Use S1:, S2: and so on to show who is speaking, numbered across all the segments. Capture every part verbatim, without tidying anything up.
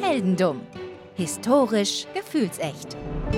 S1: Heldendumm. Historisch gefühlsecht.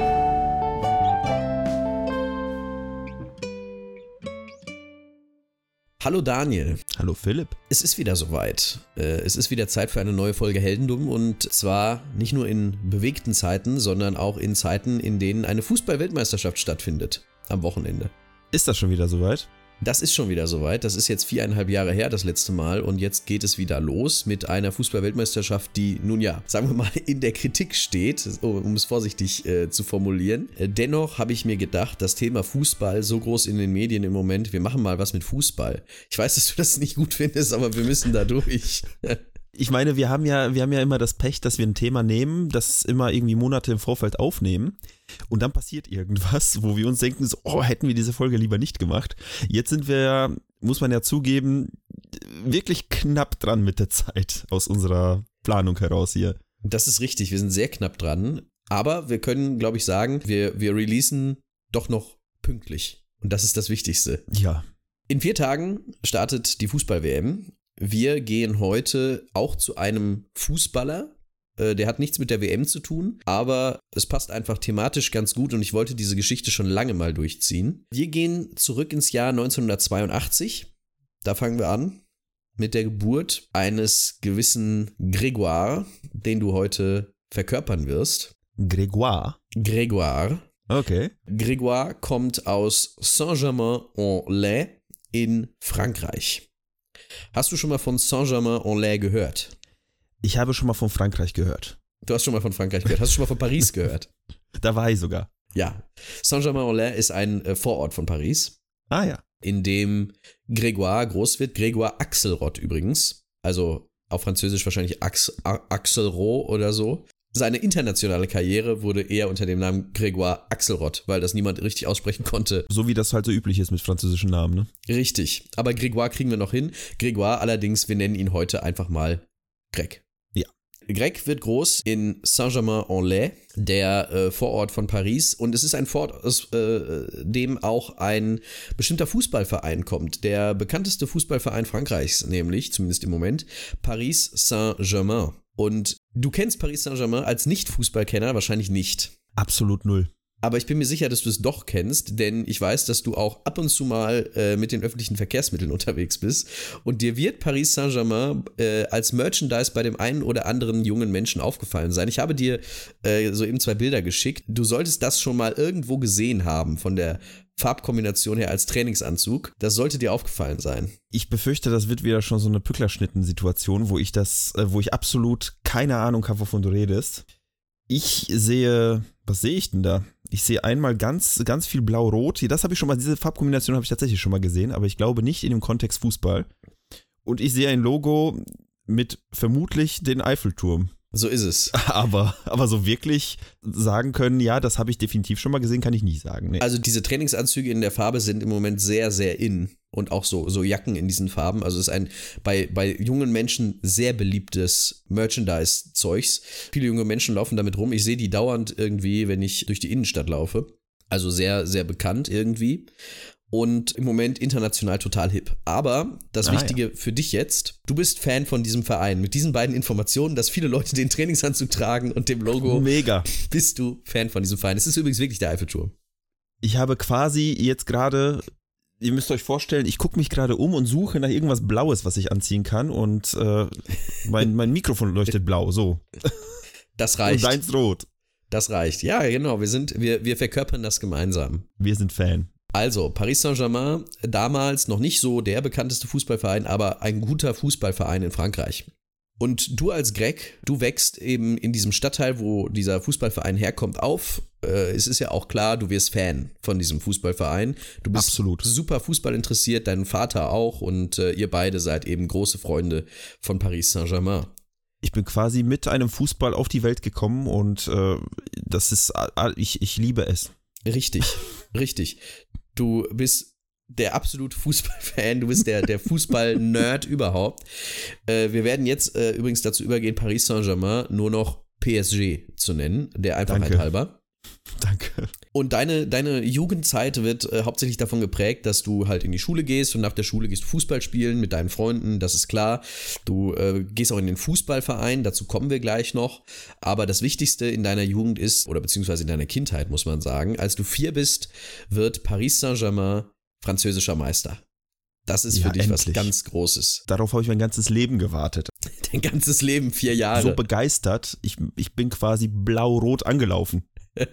S2: Hallo Daniel.
S3: Hallo Philipp.
S2: Es ist wieder soweit. Es ist wieder Zeit für eine neue Folge Heldendumm und zwar nicht nur in bewegten Zeiten, sondern auch in Zeiten, in denen eine Fußball-Weltmeisterschaft stattfindet am Wochenende.
S3: Ist das schon wieder soweit?
S2: Das ist schon wieder soweit. Das ist jetzt viereinhalb Jahre her, das letzte Mal. Und jetzt geht es wieder los mit einer Fußball-Weltmeisterschaft, die nun ja, sagen wir mal, in der Kritik steht, um es vorsichtig äh, zu formulieren. Dennoch habe ich mir gedacht, das Thema Fußball so groß in den Medien im Moment, wir machen mal was mit Fußball. Ich weiß, dass du das nicht gut findest, aber wir müssen da durch.
S3: Ich meine, wir haben ja, wir haben ja immer das Pech, dass wir ein Thema nehmen, das immer irgendwie Monate im Vorfeld aufnehmen und dann passiert irgendwas, wo wir uns denken, so, oh, hätten wir diese Folge lieber nicht gemacht. Jetzt sind wir, muss man ja zugeben, wirklich knapp dran mit der Zeit aus unserer Planung heraus hier.
S2: Das ist richtig, wir sind sehr knapp dran, aber wir können, glaube ich, sagen, wir, wir releasen doch noch pünktlich und das ist das Wichtigste.
S3: Ja.
S2: In vier Tagen startet die Fußball-W M. Wir gehen heute auch zu einem Fußballer, äh, der hat nichts mit der W M zu tun, aber es passt einfach thematisch ganz gut und ich wollte diese Geschichte schon lange mal durchziehen. Wir gehen zurück ins Jahr neunzehnhundertzweiundachtzig, da fangen wir an mit der Geburt eines gewissen Grégoire, den du heute verkörpern wirst.
S3: Grégoire?
S2: Grégoire.
S3: Okay.
S2: Grégoire kommt aus Saint-Germain-en-Laye in Frankreich. Hast du schon mal von Saint-Germain-en-Laye gehört?
S3: Ich habe schon mal von Frankreich gehört.
S2: Du hast schon mal von Frankreich gehört. Hast du schon mal von Paris gehört?
S3: Da war ich sogar.
S2: Ja. Saint-Germain-en-Laye ist ein äh, Vorort von Paris.
S3: Ah ja.
S2: In dem Grégoire groß wird. Grégoire Axelrod übrigens. Also auf Französisch wahrscheinlich Ax- Axelrod oder so. Seine internationale Karriere wurde eher unter dem Namen Grégoire Axelrod, weil das niemand richtig aussprechen konnte.
S3: So wie das halt so üblich ist mit französischen Namen, ne?
S2: Richtig, aber Grégoire kriegen wir noch hin. Grégoire allerdings, wir nennen ihn heute einfach mal Greg.
S3: Ja.
S2: Greg wird groß in Saint-Germain-en-Laye, der äh, Vorort von Paris. Und es ist ein Vorort, aus äh, dem auch ein bestimmter Fußballverein kommt. Der bekannteste Fußballverein Frankreichs, nämlich, zumindest im Moment, Paris Saint-Germain. Und du kennst Paris Saint-Germain als Nicht-Fußballkenner wahrscheinlich nicht.
S3: Absolut null.
S2: Aber ich bin mir sicher, dass du es doch kennst, denn ich weiß, dass du auch ab und zu mal äh, mit den öffentlichen Verkehrsmitteln unterwegs bist. Und dir wird Paris Saint-Germain äh, als Merchandise bei dem einen oder anderen jungen Menschen aufgefallen sein. Ich habe dir äh, soeben zwei Bilder geschickt. Du solltest das schon mal irgendwo gesehen haben von der Farbkombination her als Trainingsanzug. Das sollte dir aufgefallen sein.
S3: Ich befürchte, das wird wieder schon so eine Pücklerschnitten-Situation, wo ich das, äh, wo ich absolut keine Ahnung habe, wovon du redest. Ich sehe, was sehe ich denn da? Ich sehe einmal ganz, ganz viel Blau-Rot. Das habe ich schon mal, diese Farbkombination habe ich tatsächlich schon mal gesehen, aber ich glaube nicht in dem Kontext Fußball. Und ich sehe ein Logo mit vermutlich den Eiffelturm.
S2: So ist es.
S3: Aber, aber so wirklich sagen können, ja, das habe ich definitiv schon mal gesehen, kann ich nicht sagen. Nee.
S2: Also diese Trainingsanzüge in der Farbe sind im Moment sehr, sehr in. Und auch so, so Jacken in diesen Farben. Also es ist ein bei, bei jungen Menschen sehr beliebtes Merchandise-Zeugs. Viele junge Menschen laufen damit rum. Ich sehe die dauernd irgendwie, wenn ich durch die Innenstadt laufe. Also sehr, sehr bekannt irgendwie. Und im Moment international total hip. Aber das ah, Wichtige ja. für dich jetzt, du bist Fan von diesem Verein. Mit diesen beiden Informationen, dass viele Leute den Trainingsanzug tragen und dem Logo.
S3: Mega.
S2: Bist du Fan von diesem Verein. Es ist übrigens wirklich der Eiffelturm.
S3: Ich habe quasi jetzt gerade, ihr müsst euch vorstellen, ich gucke mich gerade um und suche nach irgendwas Blaues, was ich anziehen kann. Und äh, mein, mein Mikrofon leuchtet blau, so.
S2: Das reicht.
S3: Und deins rot.
S2: Das reicht. Ja, genau. Wir sind, wir, wir verkörpern das gemeinsam.
S3: Wir sind Fan.
S2: Also, Paris Saint-Germain, damals noch nicht so der bekannteste Fußballverein, aber ein guter Fußballverein in Frankreich. Und du als Greg, du wächst eben in diesem Stadtteil, wo dieser Fußballverein herkommt, auf. Äh, es ist ja auch klar, du wirst Fan von diesem Fußballverein. Du bist
S3: Absolut.
S2: super Fußball interessiert, dein Vater auch und äh, ihr beide seid eben große Freunde von Paris Saint-Germain.
S3: Ich bin quasi mit einem Fußball auf die Welt gekommen und äh, das ist, ich, ich liebe es.
S2: Richtig, richtig. Du bist der absolute Fußballfan, du bist der, der Fußball-Nerd überhaupt. Äh, wir werden jetzt äh, übrigens dazu übergehen, Paris Saint-Germain nur noch P S G zu nennen, der Einfachheit
S3: Danke.
S2: halber.
S3: Danke.
S2: Und deine, deine Jugendzeit wird äh, hauptsächlich davon geprägt, dass du halt in die Schule gehst und nach der Schule gehst du Fußball spielen mit deinen Freunden, das ist klar. Du äh, gehst auch in den Fußballverein, dazu kommen wir gleich noch. Aber das Wichtigste in deiner Jugend ist, oder beziehungsweise in deiner Kindheit muss man sagen, als du vier bist, wird Paris Saint-Germain französischer Meister. Das ist
S3: Ja,
S2: für dich
S3: endlich.
S2: was ganz Großes.
S3: Darauf habe ich mein ganzes Leben gewartet.
S2: Dein ganzes Leben, vier Jahre.
S3: So begeistert, ich, ich bin quasi blau-rot angelaufen.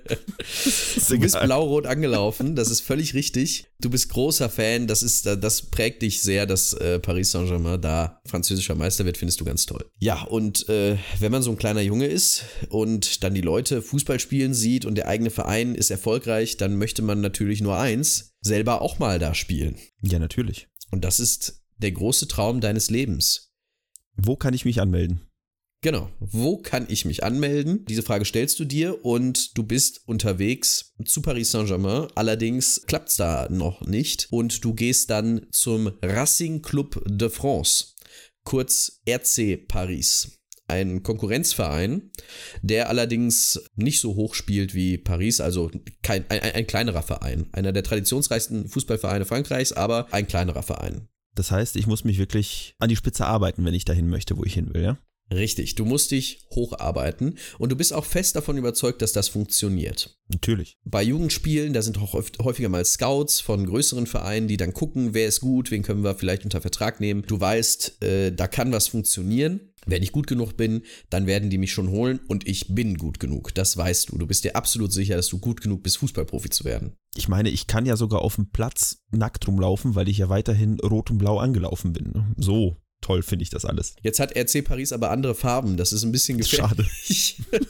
S2: Du bist blau-rot angelaufen, das ist völlig richtig. Du bist großer Fan, das ist, das prägt dich sehr, dass äh, Paris Saint-Germain da französischer Meister wird, findest du ganz toll. Ja, und äh, wenn man so ein kleiner Junge ist und dann die Leute Fußball spielen sieht und der eigene Verein ist erfolgreich, dann möchte man natürlich nur eins, selber auch mal da spielen.
S3: Ja, natürlich.
S2: Und das ist der große Traum deines Lebens.
S3: Wo kann ich mich anmelden?
S2: Genau. Wo kann ich mich anmelden? Diese Frage stellst du dir und du bist unterwegs zu Paris Saint-Germain. Allerdings klappt's da noch nicht und du gehst dann zum Racing Club de France, kurz R C Paris. Ein Konkurrenzverein, der allerdings nicht so hoch spielt wie Paris, also kein, ein, ein kleinerer Verein. Einer der traditionsreichsten Fußballvereine Frankreichs, aber ein kleinerer Verein.
S3: Das heißt, ich muss mich wirklich an die Spitze arbeiten, wenn ich dahin möchte, wo ich hin will, ja?
S2: Richtig, du musst dich hocharbeiten und du bist auch fest davon überzeugt, dass das funktioniert.
S3: Natürlich.
S2: Bei Jugendspielen, da sind auch häufiger mal Scouts von größeren Vereinen, die dann gucken, wer ist gut, wen können wir vielleicht unter Vertrag nehmen. Du weißt, äh, da kann was funktionieren. Wenn ich gut genug bin, dann werden die mich schon holen und ich bin gut genug. Das weißt du. Du bist dir absolut sicher, dass du gut genug bist, Fußballprofi zu werden.
S3: Ich meine, ich kann ja sogar auf dem Platz nackt rumlaufen, weil ich ja weiterhin rot und blau angelaufen bin. So toll finde ich das alles.
S2: Jetzt hat R C Paris aber andere Farben. Das ist ein bisschen gefährlich.
S3: Schade.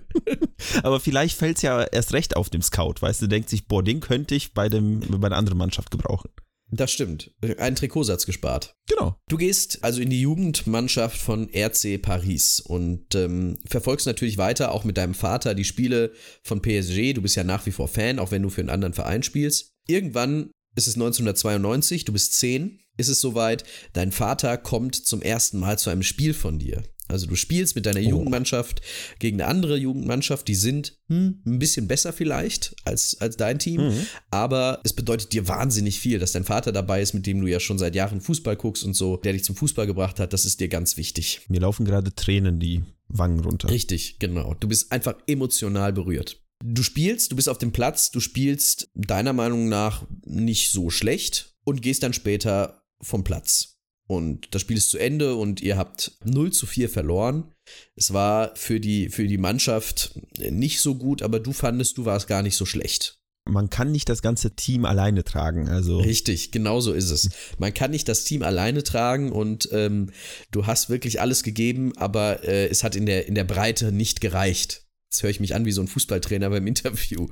S3: Aber vielleicht fällt es ja erst recht auf dem Scout, weißt du, denkt sich, boah, den könnte ich bei, dem, bei einer anderen Mannschaft gebrauchen.
S2: Das stimmt. Einen Trikotsatz gespart.
S3: Genau.
S2: Du gehst also in die Jugendmannschaft von R C Paris und ähm, verfolgst natürlich weiter, auch mit deinem Vater, die Spiele von P S G. Du bist ja nach wie vor Fan, auch wenn du für einen anderen Verein spielst. Irgendwann ist es neunzehnhundertzweiundneunzig, du bist zehn, ist es soweit, dein Vater kommt zum ersten Mal zu einem Spiel von dir. Also du spielst mit deiner
S3: Oh.
S2: Jugendmannschaft gegen eine andere Jugendmannschaft, die sind hm, ein bisschen besser vielleicht als, als dein Team,
S3: Mhm.
S2: aber es bedeutet dir wahnsinnig viel, dass dein Vater dabei ist, mit dem du ja schon seit Jahren Fußball guckst und so, der dich zum Fußball gebracht hat, das ist dir ganz wichtig.
S3: Mir laufen gerade Tränen die Wangen runter.
S2: Richtig, genau. Du bist einfach emotional berührt. Du spielst, du bist auf dem Platz, du spielst deiner Meinung nach nicht so schlecht und gehst dann später vom Platz. Und das Spiel ist zu Ende und ihr habt null zu vier verloren. Es war für die, für die Mannschaft nicht so gut, aber du fandest, du warst gar nicht so schlecht.
S3: Man kann nicht das ganze Team alleine tragen, also
S2: Richtig, genau so ist es. Man kann nicht das Team alleine tragen und ähm, du hast wirklich alles gegeben, aber äh, es hat in der, in der Breite nicht gereicht. Jetzt höre ich mich an wie so ein Fußballtrainer beim Interview.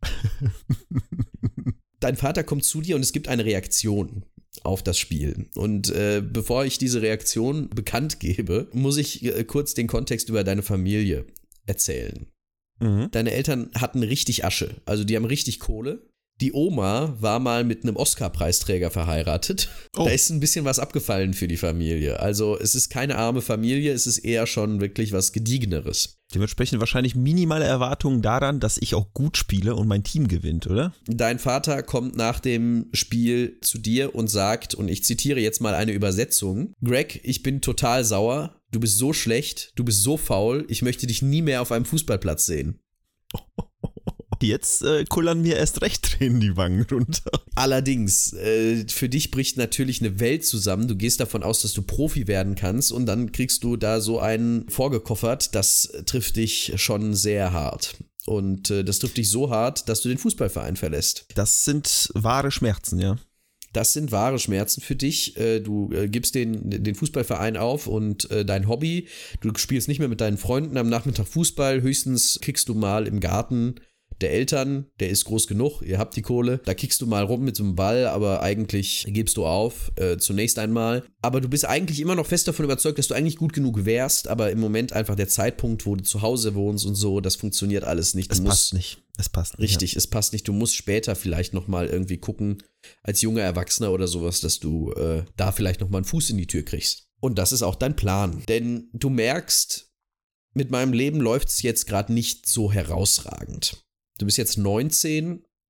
S2: Dein Vater kommt zu dir und es gibt eine Reaktion auf das Spiel. Und äh, bevor ich diese Reaktion bekannt gebe, muss ich äh, kurz den Kontext über deine Familie erzählen.
S3: mhm.
S2: Deine Eltern hatten richtig Asche, also die haben richtig Kohle. Die Oma war mal mit einem Oscar-Preisträger verheiratet.
S3: Oh.
S2: Da ist ein bisschen was abgefallen für die Familie. Also es ist keine arme Familie, es ist eher schon wirklich was Gediegeneres.
S3: Dementsprechend wahrscheinlich minimale Erwartungen daran, dass ich auch gut spiele und mein Team gewinnt, oder?
S2: Dein Vater kommt nach dem Spiel zu dir und sagt, und ich zitiere jetzt mal eine Übersetzung: Greg, ich bin total sauer, du bist so schlecht, du bist so faul, ich möchte dich nie mehr auf einem Fußballplatz sehen.
S3: Jetzt äh, kullern mir erst recht Tränen die Wangen runter.
S2: Allerdings, äh, für dich bricht natürlich eine Welt zusammen. Du gehst davon aus, dass du Profi werden kannst und dann kriegst du da so einen vorgekoffert. Das trifft dich schon sehr hart. Und äh, das trifft dich so hart, dass du den Fußballverein verlässt.
S3: Das sind wahre Schmerzen, ja.
S2: Das sind wahre Schmerzen für dich. Äh, Du äh, gibst den, den Fußballverein auf und äh, dein Hobby. Du spielst nicht mehr mit deinen Freunden am Nachmittag Fußball. Höchstens kickst du mal im Garten der Eltern, der ist groß genug, ihr habt die Kohle, da kickst du mal rum mit so einem Ball, aber eigentlich gibst du auf, äh, zunächst einmal. Aber du bist eigentlich immer noch fest davon überzeugt, dass du eigentlich gut genug wärst, aber im Moment einfach der Zeitpunkt, wo du zu Hause wohnst und so, das funktioniert alles nicht. Du
S3: Es
S2: musst,
S3: passt nicht. Es passt nicht.
S2: Richtig, es passt nicht. Du musst später vielleicht nochmal irgendwie gucken, als junger Erwachsener oder sowas, dass du äh, da vielleicht nochmal einen Fuß in die Tür kriegst. Und das ist auch dein Plan. Denn du merkst, mit meinem Leben läuft es jetzt gerade nicht so herausragend. Du bist jetzt neunzehn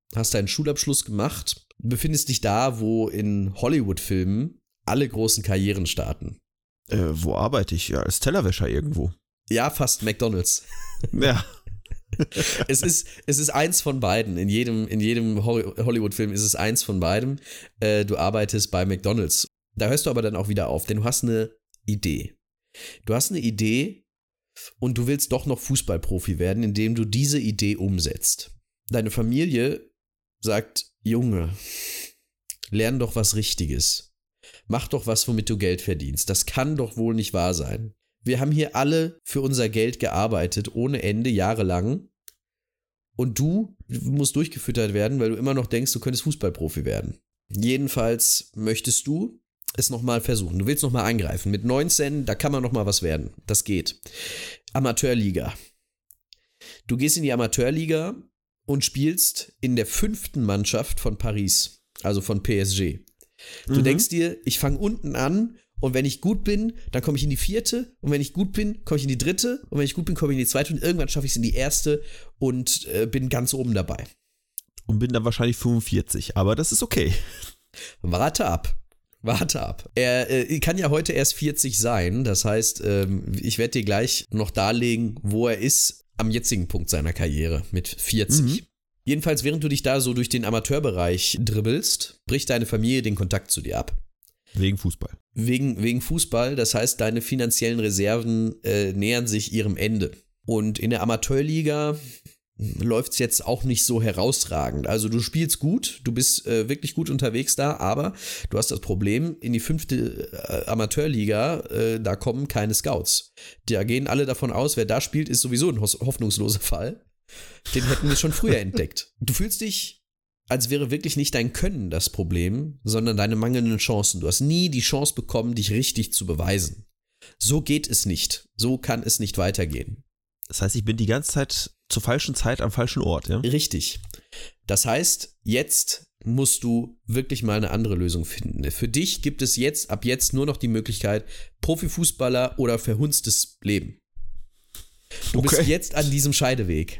S2: hast deinen Schulabschluss gemacht, befindest dich da, wo in Hollywood-Filmen alle großen Karrieren starten.
S3: Äh, wo arbeite ich? Ja, als Tellerwäscher irgendwo.
S2: Ja, fast McDonald's.
S3: Ja.
S2: es, ist, es ist eins von beiden. In jedem, in jedem Hollywood-Film ist es eins von beiden. Äh, du arbeitest bei McDonald's. Da hörst du aber dann auch wieder auf, denn du hast eine Idee. Du hast eine Idee und du willst doch noch Fußballprofi werden, indem du diese Idee umsetzt. Deine Familie sagt, Junge, lern doch was Richtiges. Mach doch was, womit du Geld verdienst. Das kann doch wohl nicht wahr sein. Wir haben hier alle für unser Geld gearbeitet, ohne Ende, jahrelang. Und du musst durchgefüttert werden, weil du immer noch denkst, du könntest Fußballprofi werden. Jedenfalls möchtest du es nochmal versuchen. Du willst nochmal eingreifen. Mit neunzehn, da kann man nochmal was werden. Das geht. Amateurliga. Du gehst in die Amateurliga und spielst in der fünften Mannschaft von Paris, also von P S G. Du mhm. denkst dir, ich fange unten an und wenn ich gut bin, dann komme ich in die vierte und wenn ich gut bin, komme ich in die dritte und wenn ich gut bin, komme ich in die zweite und irgendwann schaffe ich es in die erste und äh, bin ganz oben dabei.
S3: Und bin dann wahrscheinlich fünfundvierzig, aber das ist okay.
S2: Warte ab. Warte ab. Er äh, kann ja heute erst vierzig sein, das heißt, ähm, ich werde dir gleich noch darlegen, wo er ist am jetzigen Punkt seiner Karriere mit vierzig. Mhm. Jedenfalls, während du dich da so durch den Amateurbereich dribbelst, bricht deine Familie den Kontakt zu dir ab.
S3: Wegen Fußball.
S2: Wegen, wegen Fußball, das heißt, deine finanziellen Reserven äh, nähern sich ihrem Ende. Und in der Amateurliga läuft es jetzt auch nicht so herausragend. Also du spielst gut, du bist äh, wirklich gut unterwegs da, aber du hast das Problem, in die fünfte äh, Amateurliga, äh, da kommen keine Scouts. Da gehen alle davon aus, wer da spielt, ist sowieso ein hoffnungsloser Fall. Den hätten wir schon früher entdeckt. Du fühlst dich, als wäre wirklich nicht dein Können das Problem, sondern deine mangelnden Chancen. Du hast nie die Chance bekommen, dich richtig zu beweisen. So geht es nicht. So kann es nicht weitergehen.
S3: Das heißt, ich bin die ganze Zeit zur falschen Zeit am falschen Ort, ja?
S2: Richtig. Das heißt, jetzt musst du wirklich mal eine andere Lösung finden. Für dich gibt es jetzt, ab jetzt nur noch die Möglichkeit, Profifußballer oder verhunstes Leben. Du okay. bist jetzt an diesem Scheideweg.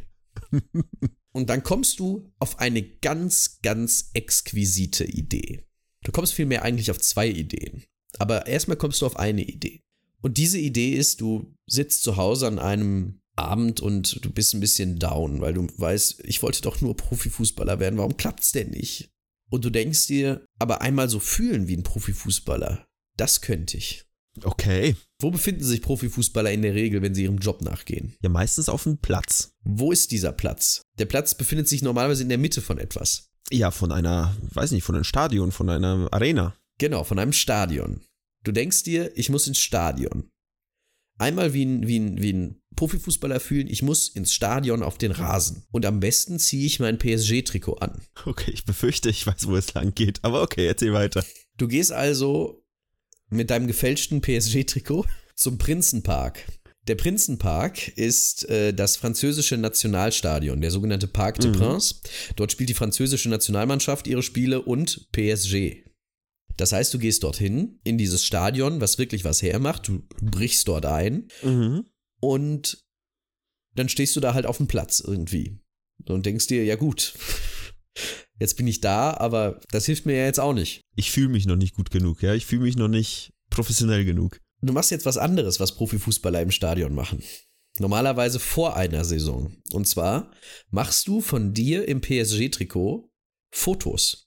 S2: Und dann kommst du auf eine ganz, ganz exquisite Idee. Du kommst vielmehr eigentlich auf zwei Ideen. Aber erstmal kommst du auf eine Idee. Und diese Idee ist, du sitzt zu Hause an einem Abend und du bist ein bisschen down, weil du weißt, ich wollte doch nur Profifußballer werden, warum klappt's denn nicht? Und du denkst dir, aber einmal so fühlen wie ein Profifußballer, das könnte ich.
S3: Okay.
S2: Wo befinden sich Profifußballer in der Regel, wenn sie ihrem Job nachgehen?
S3: Ja, meistens auf dem Platz.
S2: Wo ist dieser Platz? Der Platz befindet sich normalerweise in der Mitte von etwas.
S3: Ja, von einer, weiß nicht, von einem Stadion, von einer Arena.
S2: Genau, von einem Stadion. Du denkst dir, ich muss ins Stadion. Einmal wie ein, wie ein, wie ein Profifußballer fühlen, ich muss ins Stadion auf den Rasen. Und am besten ziehe ich mein P S G-Trikot an.
S3: Okay, ich befürchte, ich weiß, wo es lang geht. Aber okay, erzähl weiter.
S2: Du gehst also mit deinem gefälschten P S G-Trikot zum Prinzenpark. Der Prinzenpark ist äh, das französische Nationalstadion, der sogenannte Parc des Princes. Mhm. Dort spielt die französische Nationalmannschaft ihre Spiele und P S G. Das heißt, du gehst dorthin, in dieses Stadion, was wirklich was hermacht, du brichst dort ein mhm. und dann stehst du da halt auf dem Platz irgendwie und denkst dir, ja gut, jetzt bin ich da, aber das hilft mir ja jetzt auch nicht.
S3: Ich fühle mich noch nicht gut genug, ja, ich fühle mich noch nicht professionell genug.
S2: Du machst jetzt was anderes, was Profifußballer im Stadion machen. Normalerweise vor einer Saison. Und zwar machst du von dir im P S G-Trikot Fotos.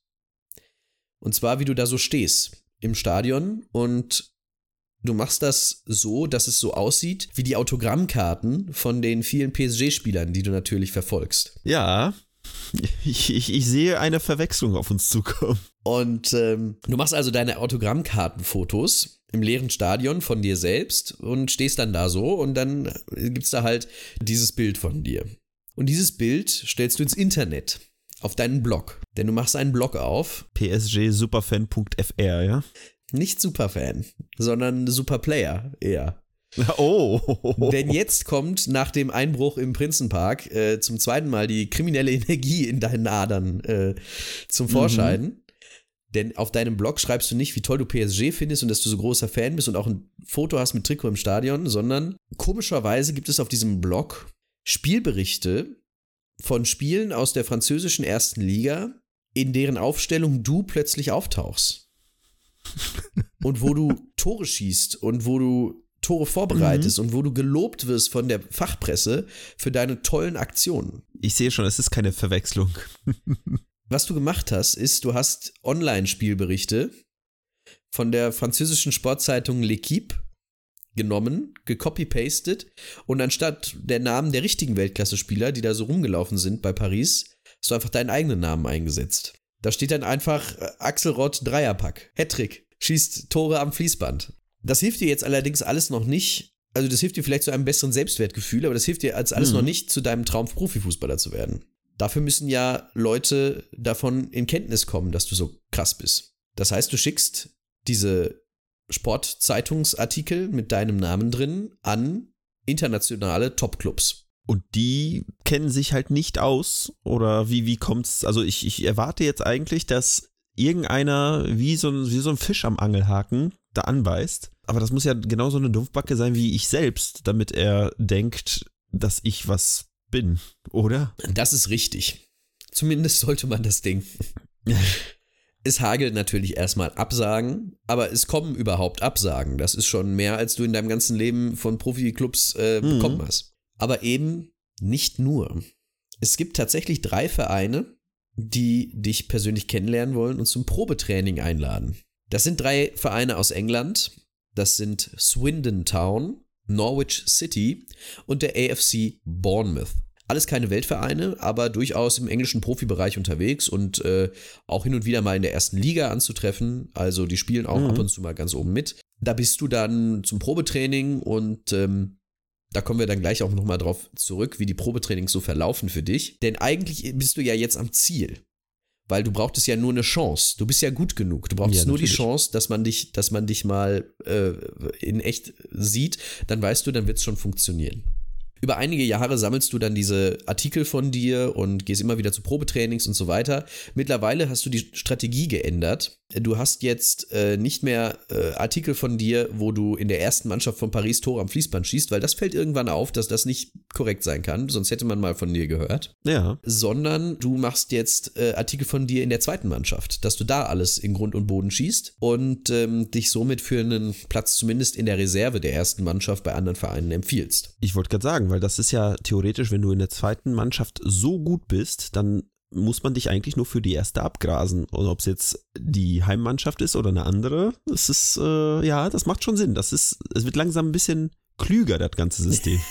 S2: Und zwar, wie du da so stehst im Stadion und du machst das so, dass es so aussieht wie die Autogrammkarten von den vielen P S G-Spielern, die du natürlich verfolgst.
S3: Ja, ich, ich, ich sehe eine Verwechslung auf uns zukommen.
S2: Und ähm, du machst also deine Autogrammkartenfotos im leeren Stadion von dir selbst und stehst dann da so und dann gibt's da halt dieses Bild von dir. Und dieses Bild stellst du ins Internet. Auf deinen Blog. Denn du machst einen Blog auf.
S3: P S G Superfan Punkt F R, ja?
S2: Nicht Superfan, sondern Superplayer eher.
S3: Oh.
S2: Denn jetzt kommt nach dem Einbruch im Prinzenpark äh, zum zweiten Mal die kriminelle Energie in deinen Adern äh, zum Vorschein. Mhm. Denn auf deinem Blog schreibst du nicht, wie toll du P S G findest und dass du so großer Fan bist und auch ein Foto hast mit Trikot im Stadion, sondern komischerweise gibt es auf diesem Blog Spielberichte von Spielen aus der französischen ersten Liga, in deren Aufstellung du plötzlich auftauchst. Und wo du Tore schießt und wo du Tore vorbereitest mhm. und wo du gelobt wirst von der Fachpresse für deine tollen Aktionen.
S3: Ich sehe schon, es ist keine Verwechslung.
S2: Was du gemacht hast, ist, du hast Online-Spielberichte von der französischen Sportzeitung L'Équipe genommen, gecopy-pastet und anstatt der Namen der richtigen Weltklasse-Spieler, die da so rumgelaufen sind bei Paris, hast du einfach deinen eigenen Namen eingesetzt. Da steht dann einfach Axelrod Dreierpack, Hattrick, schießt Tore am Fließband. Das hilft dir jetzt allerdings alles noch nicht, also das hilft dir vielleicht zu einem besseren Selbstwertgefühl, aber das hilft dir als alles mhm. noch nicht, zu deinem Traum Profifußballer zu werden. Dafür müssen ja Leute davon in Kenntnis kommen, dass du so krass bist. Das heißt, du schickst diese Sportzeitungsartikel mit deinem Namen drin an internationale Topclubs.
S3: Und die kennen sich halt nicht aus? Oder wie, wie kommt's? Also ich, ich erwarte jetzt eigentlich, dass irgendeiner wie so, ein, wie so ein Fisch am Angelhaken da anbeißt. Aber das muss ja genauso eine Dumpfbacke sein wie ich selbst, damit er denkt, dass ich was bin, oder?
S2: Das ist richtig. Zumindest sollte man das denken. Es hagelt natürlich erstmal Absagen, aber es kommen überhaupt Absagen. Das ist schon mehr, als du in deinem ganzen Leben von Profiklubs äh, mhm. bekommen hast. Aber eben nicht nur. Es gibt tatsächlich drei Vereine, die dich persönlich kennenlernen wollen und zum Probetraining einladen. Das sind drei Vereine aus England. Das sind Swindon Town, Norwich City und der A F C Bournemouth. Alles keine Weltvereine, aber durchaus im englischen Profibereich unterwegs und äh, auch hin und wieder mal in der ersten Liga anzutreffen. Also die spielen auch mhm. ab und zu mal ganz oben mit. Da bist du dann zum Probetraining und ähm, da kommen wir dann gleich auch nochmal drauf zurück, wie die Probetrainings so verlaufen für dich. Denn eigentlich bist du ja jetzt am Ziel, weil du brauchtest ja nur eine Chance. Du bist ja gut genug. Du brauchst ja, nur die Chance, dass man dich, dass man dich mal äh, in echt sieht. Dann weißt du, dann wird es schon funktionieren. Über einige Jahre sammelst du dann diese Artikel von dir und gehst immer wieder zu Probetrainings und so weiter. Mittlerweile hast du die Strategie geändert. Du hast jetzt äh, nicht mehr äh, Artikel von dir, wo du in der ersten Mannschaft von Paris Tore am Fließband schießt, weil das fällt irgendwann auf, dass das nicht korrekt sein kann, sonst hätte man mal von dir gehört.
S3: Ja.
S2: Sondern du machst jetzt äh, Artikel von dir in der zweiten Mannschaft, dass du da alles in Grund und Boden schießt und ähm, dich somit für einen Platz zumindest in der Reserve der ersten Mannschaft bei anderen Vereinen empfiehlst.
S3: Ich wollte gerade sagen, weil das ist ja theoretisch, wenn du in der zweiten Mannschaft so gut bist, dann muss man dich eigentlich nur für die erste abgrasen. Und ob es jetzt die Heimmannschaft ist oder eine andere, das ist, äh, ja, das macht schon Sinn. Das ist, es wird langsam ein bisschen klüger, das ganze System.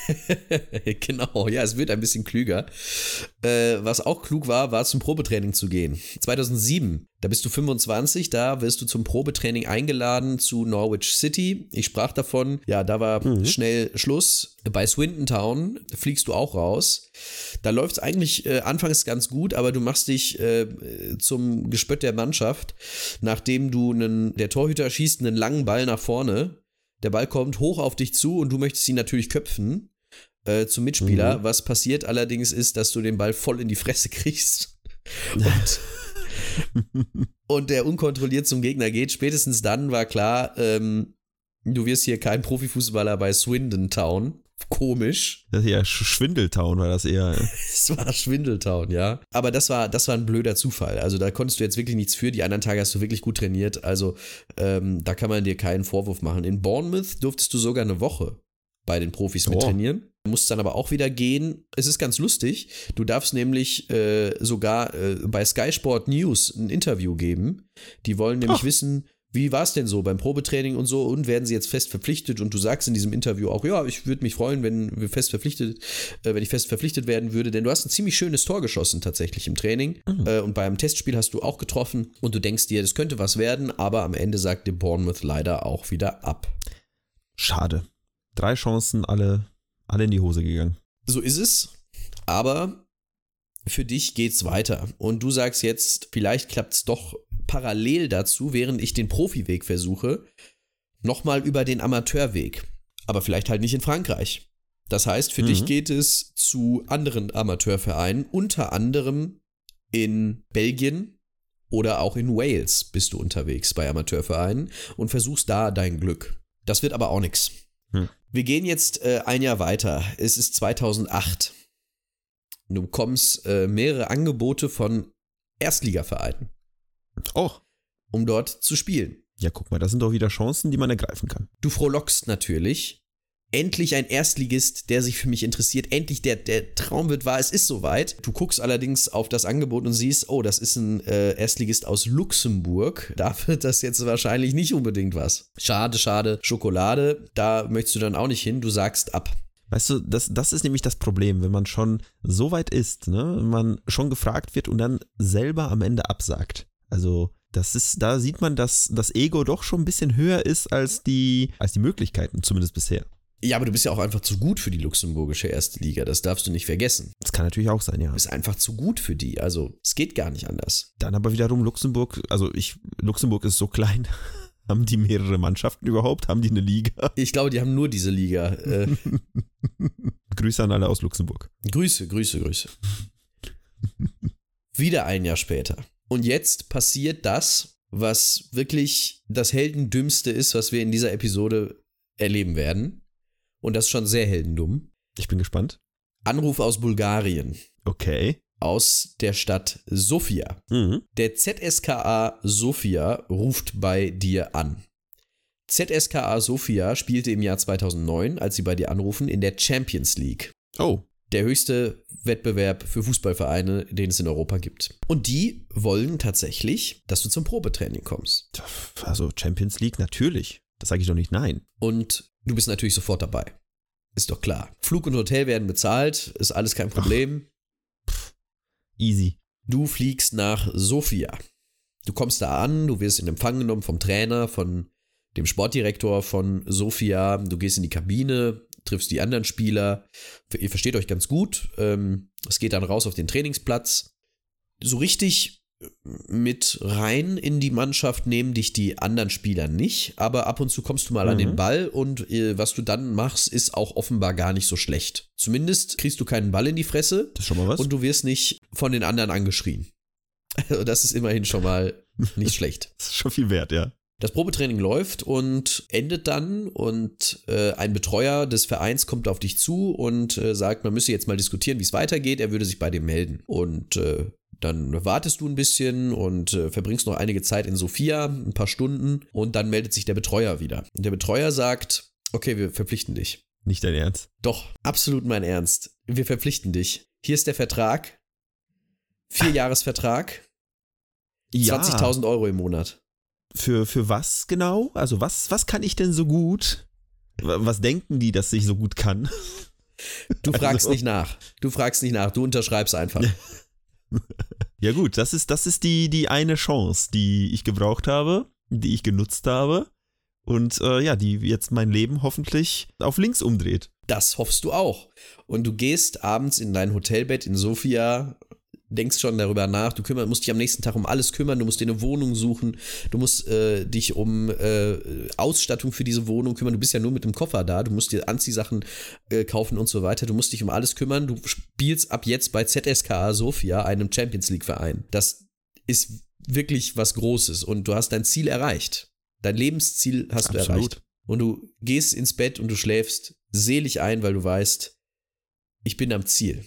S2: Genau, ja, es wird ein bisschen klüger. Äh, was auch klug war, war zum Probetraining zu gehen. zweitausendsieben, da bist du fünfundzwanzig, da wirst du zum Probetraining eingeladen zu Norwich City. Ich sprach davon, ja, da war mhm. schnell Schluss. Bei Swindon Town fliegst du auch raus. Da läuft es eigentlich äh, anfangs ganz gut, aber du machst dich äh, zum Gespött der Mannschaft, nachdem du einen, der Torhüter schießt einen langen Ball nach vorne. Der Ball kommt hoch auf dich zu und du möchtest ihn natürlich köpfen äh, zum Mitspieler. Mhm. Was passiert allerdings ist, dass du den Ball voll in die Fresse kriegst und, und der unkontrolliert zum Gegner geht. Spätestens dann war klar, ähm, du wirst hier kein Profifußballer bei Swindon Town. Komisch.
S3: Das ist ja Schwindeltown war das eher.
S2: Es war Schwindeltown, ja. Aber das war, das war ein blöder Zufall. Also da konntest du jetzt wirklich nichts für. Die anderen Tage hast du wirklich gut trainiert. Also ähm, da kann man dir keinen Vorwurf machen. In Bournemouth durftest du sogar eine Woche bei den Profis oh. mit trainieren. Musst dann aber auch wieder gehen. Es ist ganz lustig. Du darfst nämlich äh, sogar äh, bei Sky Sport News ein Interview geben. Die wollen nämlich Ach. wissen, wie war es denn so beim Probetraining und so und werden sie jetzt fest verpflichtet und du sagst in diesem Interview auch, ja, ich würde mich freuen, wenn wir fest verpflichtet, äh, wenn ich fest verpflichtet werden würde, denn du hast ein ziemlich schönes Tor geschossen tatsächlich im Training mhm. äh, und beim Testspiel hast du auch getroffen und du denkst dir, das könnte was werden, aber am Ende sagt dir Bournemouth leider auch wieder ab.
S3: Schade. Drei Chancen, alle, alle in die Hose gegangen.
S2: So ist es, aber für dich geht's weiter und du sagst jetzt, vielleicht klappt's doch parallel dazu, während ich den Profiweg versuche, nochmal über den Amateurweg. Aber vielleicht halt nicht in Frankreich. Das heißt, für mhm. dich geht es zu anderen Amateurvereinen, unter anderem in Belgien oder auch in Wales bist du unterwegs bei Amateurvereinen und versuchst da dein Glück. Das wird aber auch nichts. Mhm. Wir gehen jetzt äh, ein Jahr weiter. Es ist zweitausendacht. Du bekommst äh, mehrere Angebote von Erstligavereinen.
S3: Oh.
S2: Um dort zu spielen.
S3: Ja, guck mal, das sind doch wieder Chancen, die man ergreifen kann.
S2: Du frohlockst natürlich. Endlich ein Erstligist, der sich für mich interessiert. Endlich, der, der Traum wird wahr, es ist soweit. Du guckst allerdings auf das Angebot und siehst, oh, das ist ein äh, Erstligist aus Luxemburg. Da wird das jetzt wahrscheinlich nicht unbedingt was. Schade, schade, Schokolade. Da möchtest du dann auch nicht hin, du sagst ab.
S3: Weißt du, das, das ist nämlich das Problem, wenn man schon so weit ist, ne, wenn man schon gefragt wird und dann selber am Ende absagt. Also das ist, da sieht man, dass das Ego doch schon ein bisschen höher ist als die, als die Möglichkeiten, zumindest bisher.
S2: Ja, aber du bist ja auch einfach zu gut für die luxemburgische erste Liga, das darfst du nicht vergessen.
S3: Das kann natürlich auch sein, ja.
S2: Du bist einfach zu gut für die, also es geht gar nicht anders.
S3: Dann aber wiederum Luxemburg, also ich, Luxemburg ist so klein. Haben die mehrere Mannschaften überhaupt? Haben die eine Liga?
S2: Ich glaube, die haben nur diese Liga. Äh,
S3: Grüße an alle aus Luxemburg.
S2: Grüße, Grüße, Grüße. Wieder ein Jahr später. Und jetzt passiert das, was wirklich das Heldendümmste ist, was wir in dieser Episode erleben werden. Und das ist schon sehr heldendumm.
S3: Ich bin gespannt.
S2: Anruf aus Bulgarien.
S3: Okay.
S2: Aus der Stadt Sofia.
S3: Mhm.
S2: Der Z S K A Sofia ruft bei dir an. Z S K A Sofia spielte im Jahr zweitausendneun, als sie bei dir anrufen, in der Champions League.
S3: Oh.
S2: Der höchste Wettbewerb für Fußballvereine, den es in Europa gibt. Und die wollen tatsächlich, dass du zum Probetraining kommst.
S3: Also Champions League, natürlich. Das sage ich doch nicht nein.
S2: Und du bist natürlich sofort dabei. Ist doch klar. Flug und Hotel werden bezahlt, ist alles kein Problem.
S3: Ach. Easy.
S2: Du fliegst nach Sofia. Du kommst da an, du wirst in Empfang genommen vom Trainer, von dem Sportdirektor von Sofia. Du gehst in die Kabine, triffst die anderen Spieler. Ihr versteht euch ganz gut. Es geht dann raus auf den Trainingsplatz. So richtig mit rein in die Mannschaft nehmen dich die anderen Spieler nicht, aber ab und zu kommst du mal mhm. an den Ball und äh, was du dann machst, ist auch offenbar gar nicht so schlecht. Zumindest kriegst du keinen Ball in die Fresse.
S3: Das ist schon mal was.
S2: Und du wirst nicht von den anderen angeschrien. Also das ist immerhin schon mal nicht schlecht.
S3: Das ist schon viel wert, ja.
S2: Das Probetraining läuft und endet dann und äh, ein Betreuer des Vereins kommt auf dich zu und äh, sagt, man müsse jetzt mal diskutieren, wie es weitergeht. Er würde sich bei dir melden. Und äh, dann wartest du ein bisschen und äh, verbringst noch einige Zeit in Sofia, ein paar Stunden, und dann meldet sich der Betreuer wieder. Und der Betreuer sagt, okay, wir verpflichten dich.
S3: Nicht dein Ernst?
S2: Doch, absolut mein Ernst. Wir verpflichten dich. Hier ist der Vertrag. Vierjahresvertrag.
S3: Ja.
S2: zwanzigtausend Euro im Monat.
S3: Für, für was genau? Also was, was kann ich denn so gut? Was denken die, dass ich so gut kann?
S2: Du fragst
S3: also.
S2: nicht nach. Du fragst nicht nach. Du unterschreibst einfach.
S3: Ja gut, das ist, das ist die, die eine Chance, die ich gebraucht habe, die ich genutzt habe und äh, ja, die jetzt mein Leben hoffentlich auf links umdreht.
S2: Das hoffst du auch. Und du gehst abends in dein Hotelbett in Sofia, denkst schon darüber nach, du kümmer, musst dich am nächsten Tag um alles kümmern, du musst dir eine Wohnung suchen, du musst äh, dich um äh, Ausstattung für diese Wohnung kümmern, du bist ja nur mit dem Koffer da, du musst dir Anziehsachen äh, kaufen und so weiter, du musst dich um alles kümmern, du spielst ab jetzt bei Z S K A Sofia, einem Champions League Verein. Das ist wirklich was Großes und du hast dein Ziel erreicht. Dein Lebensziel hast
S3: Absolut.
S2: du erreicht. Und du gehst ins Bett und du schläfst selig ein, weil du weißt, ich bin am Ziel.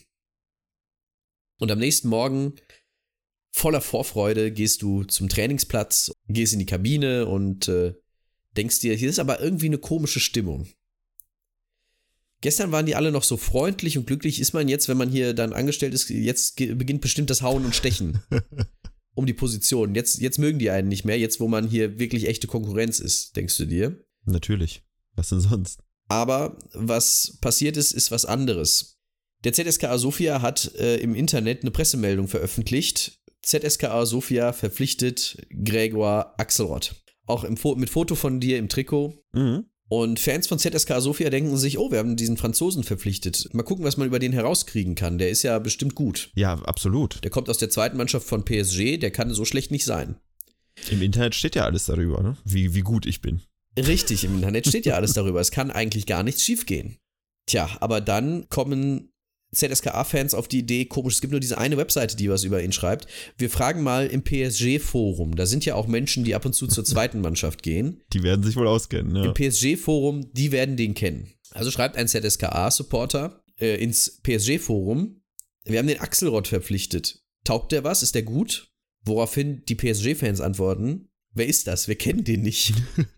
S2: Und am nächsten Morgen, voller Vorfreude, gehst du zum Trainingsplatz, gehst in die Kabine und äh, denkst dir, hier ist aber irgendwie eine komische Stimmung. Gestern waren die alle noch so freundlich und glücklich. Ist man jetzt, wenn man hier dann angestellt ist, jetzt beginnt bestimmt das Hauen und Stechen um die Position. Jetzt, jetzt mögen die einen nicht mehr, jetzt wo man hier wirklich echte Konkurrenz ist, denkst du dir?
S3: Natürlich. Was denn sonst?
S2: Aber was passiert ist, ist was anderes. Der Z S K A Sofia hat äh, im Internet eine Pressemeldung veröffentlicht. Z S K A Sofia verpflichtet Gregor Axelrod. Auch im Fo- mit Foto von dir im Trikot.
S3: Mhm.
S2: Und Fans von Z S K A Sofia denken sich, oh, wir haben diesen Franzosen verpflichtet. Mal gucken, was man über den herauskriegen kann. Der ist ja bestimmt gut.
S3: Ja, absolut.
S2: Der kommt aus der zweiten Mannschaft von P S G. Der kann so schlecht nicht sein.
S3: Im Internet steht ja alles darüber, ne? Wie, wie gut ich bin.
S2: Richtig, im Internet steht ja alles darüber. Es kann eigentlich gar nichts schiefgehen. Tja, aber dann kommen Z S K A-Fans auf die Idee, komisch, es gibt nur diese eine Webseite, die was über ihn schreibt. Wir fragen mal im P S G-Forum. Da sind ja auch Menschen, die ab und zu zur zweiten Mannschaft gehen.
S3: Die werden sich wohl auskennen, ja.
S2: Im P S G-Forum, die werden den kennen. Also schreibt ein Z S K A-Supporter äh, ins P S G-Forum wir haben den Axelrod verpflichtet. Taugt der was? Ist der gut? Woraufhin die P S G-Fans antworten, wer ist das? Wir kennen den nicht.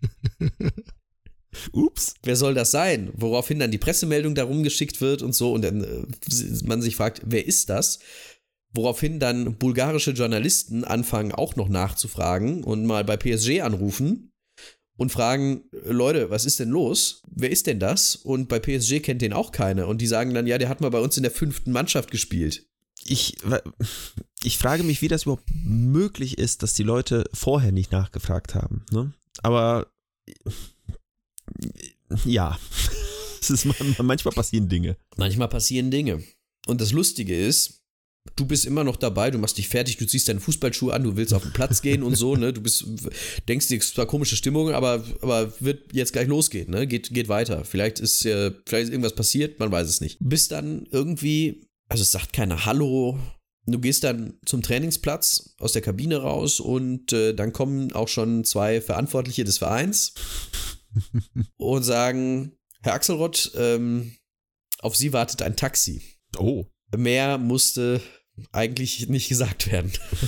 S3: Ups.
S2: Wer soll das sein? Woraufhin dann die Pressemeldung darum geschickt wird und so und dann äh, man sich fragt, wer ist das? Woraufhin dann bulgarische Journalisten anfangen auch noch nachzufragen und mal bei P S G anrufen und fragen, Leute, was ist denn los? Wer ist denn das? Und bei P S G kennt den auch keiner und die sagen dann, ja, der hat mal bei uns in der fünften Mannschaft gespielt.
S3: Ich, ich frage mich, wie das überhaupt möglich ist, dass die Leute vorher nicht nachgefragt haben. Ne? Aber ja, es ist, manchmal passieren Dinge.
S2: Manchmal passieren Dinge. Und das Lustige ist, du bist immer noch dabei, du machst dich fertig, du ziehst deine Fußballschuhe an, du willst auf den Platz gehen und so, ne? Du bist, denkst dir, es war komische Stimmung, aber, aber wird jetzt gleich losgehen, ne? Geht, geht weiter. Vielleicht ist, äh, vielleicht ist irgendwas passiert, man weiß es nicht. Bis dann irgendwie, also es sagt keiner Hallo. Du gehst dann zum Trainingsplatz aus der Kabine raus und äh, dann kommen auch schon zwei Verantwortliche des Vereins und sagen, Herr Axelrod, ähm, auf Sie wartet ein Taxi.
S3: Oh.
S2: Mehr musste eigentlich nicht gesagt werden.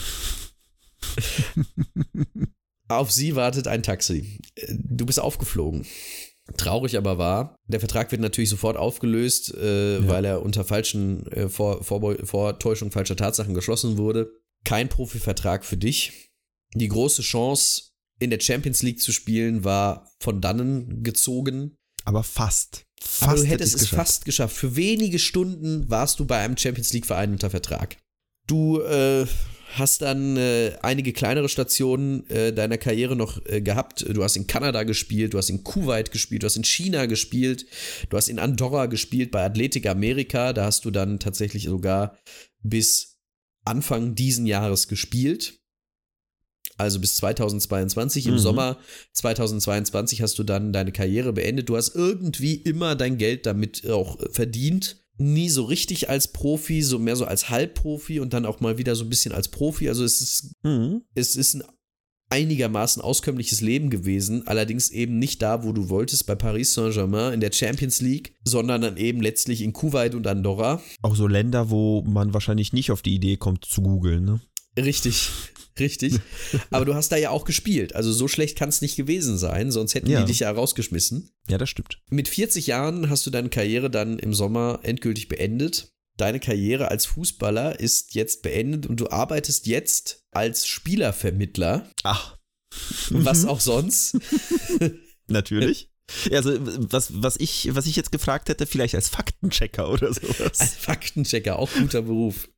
S2: Auf Sie wartet ein Taxi. Du bist aufgeflogen. Traurig aber war, der Vertrag wird natürlich sofort aufgelöst, äh, ja. weil er unter falschen äh, Vor- Vor- Vortäuschung falscher Tatsachen geschlossen wurde. Kein Profivertrag für dich. Die große Chance, in der Champions League zu spielen, war von dannen gezogen.
S3: Aber fast. Fast
S2: Aber du hättest
S3: es
S2: es fast geschafft. Für wenige Stunden warst du bei einem Champions League-Verein unter Vertrag. Du äh, hast dann äh, einige kleinere Stationen äh, deiner Karriere noch äh, gehabt. Du hast in Kanada gespielt, du hast in Kuwait gespielt, du hast in China gespielt, du hast in Andorra gespielt, bei Athletic America. Da hast du dann tatsächlich sogar bis Anfang diesen Jahres gespielt. Also bis zweitausendzweiundzwanzig, im mhm. Sommer zweitausendzweiundzwanzig hast du dann deine Karriere beendet. Du hast irgendwie immer dein Geld damit auch verdient. Nie so richtig als Profi, so mehr so als Halbprofi und dann auch mal wieder so ein bisschen als Profi. Also es ist, mhm. es ist ein einigermaßen auskömmliches Leben gewesen, allerdings eben nicht da, wo du wolltest, bei Paris Saint-Germain in der Champions League, sondern dann eben letztlich in Kuwait und Andorra.
S3: Auch so Länder, wo man wahrscheinlich nicht auf die Idee kommt zu googeln, ne?
S2: Richtig. Richtig. Aber du hast da ja auch gespielt. Also so schlecht kann es nicht gewesen sein, sonst hätten ja. die dich ja rausgeschmissen.
S3: Ja, das stimmt.
S2: Mit vierzig Jahren hast du deine Karriere dann im Sommer endgültig beendet. Deine Karriere als Fußballer ist jetzt beendet und du arbeitest jetzt als Spielervermittler.
S3: Ach.
S2: Was auch sonst.
S3: Natürlich. Also was, was, ich, was ich jetzt gefragt hätte, vielleicht als Faktenchecker oder sowas.
S2: Als Faktenchecker, auch guter Beruf.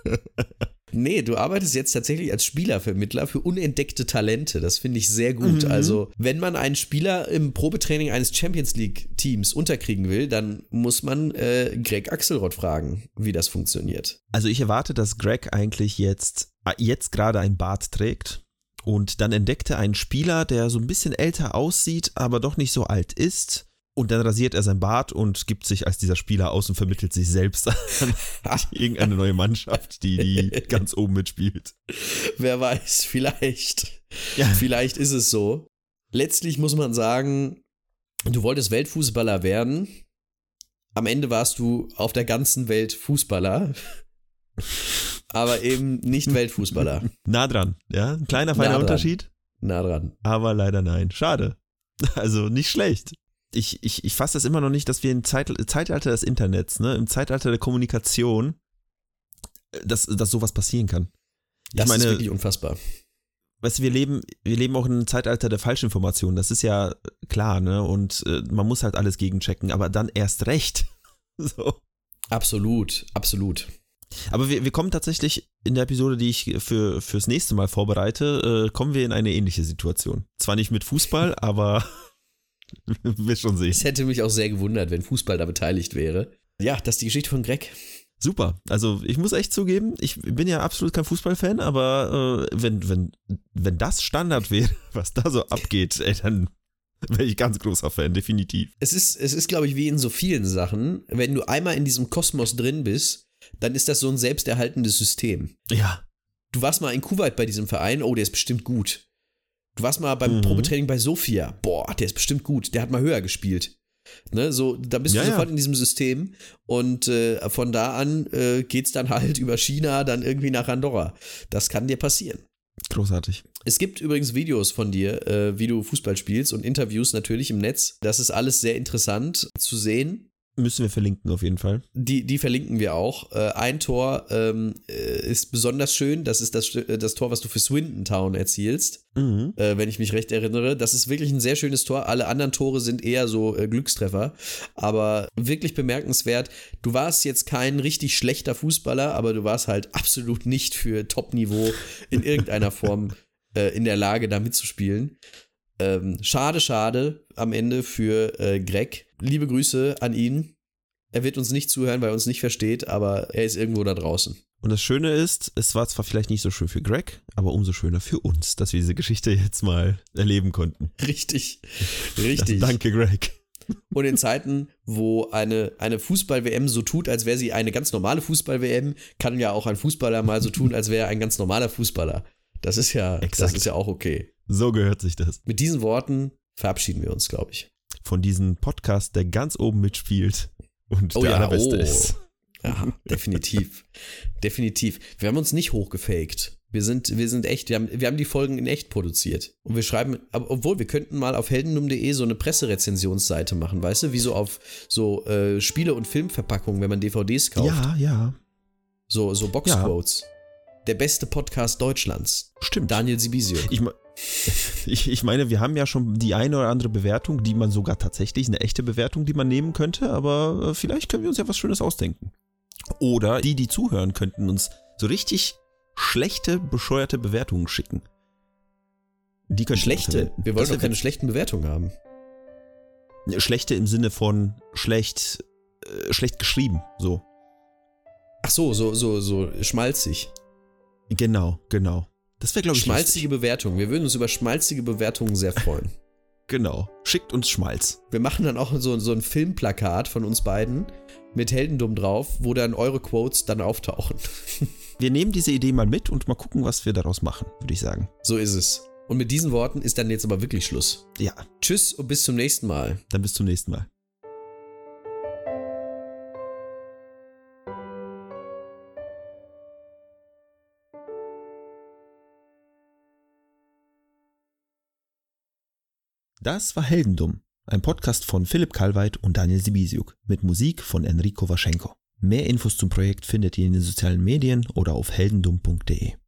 S2: Nee, du arbeitest jetzt tatsächlich als Spielervermittler für unentdeckte Talente. Das finde ich sehr gut. Mhm. Also, wenn man einen Spieler im Probetraining eines Champions League-Teams unterkriegen will, dann muss man äh, Greg Axelrod fragen, wie das funktioniert.
S3: Also, ich erwarte, dass Greg eigentlich jetzt, jetzt gerade ein Bart trägt und dann entdeckt er einen Spieler, der so ein bisschen älter aussieht, aber doch nicht so alt ist. Und dann rasiert er sein Bart und gibt sich als dieser Spieler aus und vermittelt sich selbst an irgendeine neue Mannschaft, die, die ganz oben mitspielt.
S2: Wer weiß, vielleicht.
S3: Ja.
S2: Vielleicht ist es so. Letztlich muss man sagen, du wolltest Weltfußballer werden. Am Ende warst du auf der ganzen Welt Fußballer. Aber eben nicht Weltfußballer.
S3: Nah dran, ja. Ein kleiner, feiner nah Unterschied.
S2: Nah dran.
S3: Aber leider nein. Schade. Also nicht schlecht. Ich, ich, ich fasse das immer noch nicht, dass wir im Zeit, Zeitalter des Internets, ne, im Zeitalter der Kommunikation, dass, dass sowas passieren kann. Ich
S2: das
S3: meine,
S2: ist wirklich unfassbar.
S3: Weißt du, wir leben, wir leben auch in einem Zeitalter der Falschinformation, das ist ja klar, ne? Und äh, man muss halt alles gegenchecken, aber dann erst recht. So.
S2: Absolut, absolut.
S3: Aber wir, wir kommen tatsächlich in der Episode, die ich für, fürs nächste Mal vorbereite, äh, kommen wir in eine ähnliche Situation. Zwar nicht mit Fußball, aber wir schon sehen.
S2: Es hätte mich auch sehr gewundert, wenn Fußball da beteiligt wäre. Ja, das ist die Geschichte von Greg.
S3: Super. Also ich muss echt zugeben, ich bin ja absolut kein Fußballfan, aber äh, wenn, wenn, wenn das Standard wäre, was da so abgeht, ey, dann wäre ich ganz großer Fan, definitiv.
S2: Es ist, es ist, glaube ich, wie in so vielen Sachen, wenn du einmal in diesem Kosmos drin bist, dann ist das so ein selbsterhaltendes System.
S3: Ja.
S2: Du warst mal in Kuwait bei diesem Verein, oh, der ist bestimmt gut. Du warst mal beim mhm. Probetraining bei Sofia. Boah, der ist bestimmt gut. Der hat mal höher gespielt. Ne, so, da bist
S3: ja,
S2: du sofort
S3: ja.
S2: in diesem System und äh, von da an äh, geht's dann halt über China dann irgendwie nach Andorra. Das kann dir passieren.
S3: Großartig.
S2: Es gibt übrigens Videos von dir, äh, wie du Fußball spielst und Interviews natürlich im Netz. Das ist alles sehr interessant zu sehen.
S3: Müssen wir verlinken auf jeden Fall.
S2: Die, die verlinken wir auch. Äh, ein Tor ähm, ist besonders schön. Das ist das, das Tor, was du für Swindon Town erzielst,
S3: Mhm.
S2: äh, wenn ich mich recht erinnere. Das ist wirklich ein sehr schönes Tor. Alle anderen Tore sind eher so äh, Glückstreffer. Aber wirklich bemerkenswert. Du warst jetzt kein richtig schlechter Fußballer, aber du warst halt absolut nicht für Top-Niveau in irgendeiner Form äh, in der Lage, da mitzuspielen. Ähm, schade, schade am Ende für äh, Greg. Liebe Grüße an ihn. Er wird uns nicht zuhören, weil er uns nicht versteht, aber er ist irgendwo da draußen.
S3: Und das Schöne ist, es war zwar vielleicht nicht so schön für Greg, aber umso schöner für uns, dass wir diese Geschichte jetzt mal erleben konnten.
S2: Richtig, richtig.
S3: Das, danke, Greg.
S2: Und in Zeiten, wo eine, eine Fußball-W M so tut, als wäre sie eine ganz normale Fußball-W M, kann ja auch ein Fußballer mal so tun, als wäre er ein ganz normaler Fußballer. Das ist ja, das ist ja auch okay.
S3: So gehört sich das.
S2: Mit diesen Worten verabschieden wir uns, glaube ich.
S3: Von diesem Podcast, der ganz oben mitspielt und
S2: Oh
S3: der
S2: ja,
S3: allerbeste
S2: oh.
S3: ist.
S2: Ja, definitiv. Definitiv. Wir haben uns nicht hochgefaked. Wir sind, wir sind echt, wir haben, wir haben die Folgen in echt produziert. Und wir schreiben, obwohl, wir könnten mal auf heldendum punkt de so eine Presserezensionsseite machen, weißt du, wie so auf so äh, Spiele- und Filmverpackungen, wenn man D V Ds kauft.
S3: Ja, ja.
S2: So, so Boxquotes. Ja. Der beste Podcast Deutschlands.
S3: Stimmt.
S2: Daniel Sibisio.
S3: Ich, ich, ich meine, wir haben ja schon die eine oder andere Bewertung, die man sogar tatsächlich, eine echte Bewertung, die man nehmen könnte, aber vielleicht können wir uns ja was Schönes ausdenken. Oder die, die zuhören, könnten uns so richtig schlechte, bescheuerte Bewertungen schicken. Die können
S2: Schlechte? Wir wollen doch keine schlechten Bewertungen haben.
S3: Schlechte im Sinne von schlecht, äh, schlecht geschrieben, so.
S2: Ach so, so, so, so schmalzig.
S3: Genau, genau. Das wäre, glaube ich,
S2: schmalzige
S3: lustig.
S2: Bewertungen. Wir würden uns über schmalzige Bewertungen sehr freuen.
S3: Genau. Schickt uns Schmalz.
S2: Wir machen dann auch so, so ein Filmplakat von uns beiden mit Heldendum drauf, wo dann eure Quotes dann auftauchen.
S3: Wir nehmen diese Idee mal mit und mal gucken, was wir daraus machen, würde ich sagen.
S2: So ist es. Und mit diesen Worten ist dann jetzt aber wirklich Schluss.
S3: Ja.
S2: Tschüss und bis zum nächsten Mal.
S3: Dann bis zum nächsten Mal. Das war Heldendum, ein Podcast von Philipp Kalweit und Daniel Sibisiuk mit Musik von Enrico Waschenko. Mehr Infos zum Projekt findet ihr in den sozialen Medien oder auf heldendum punkt de.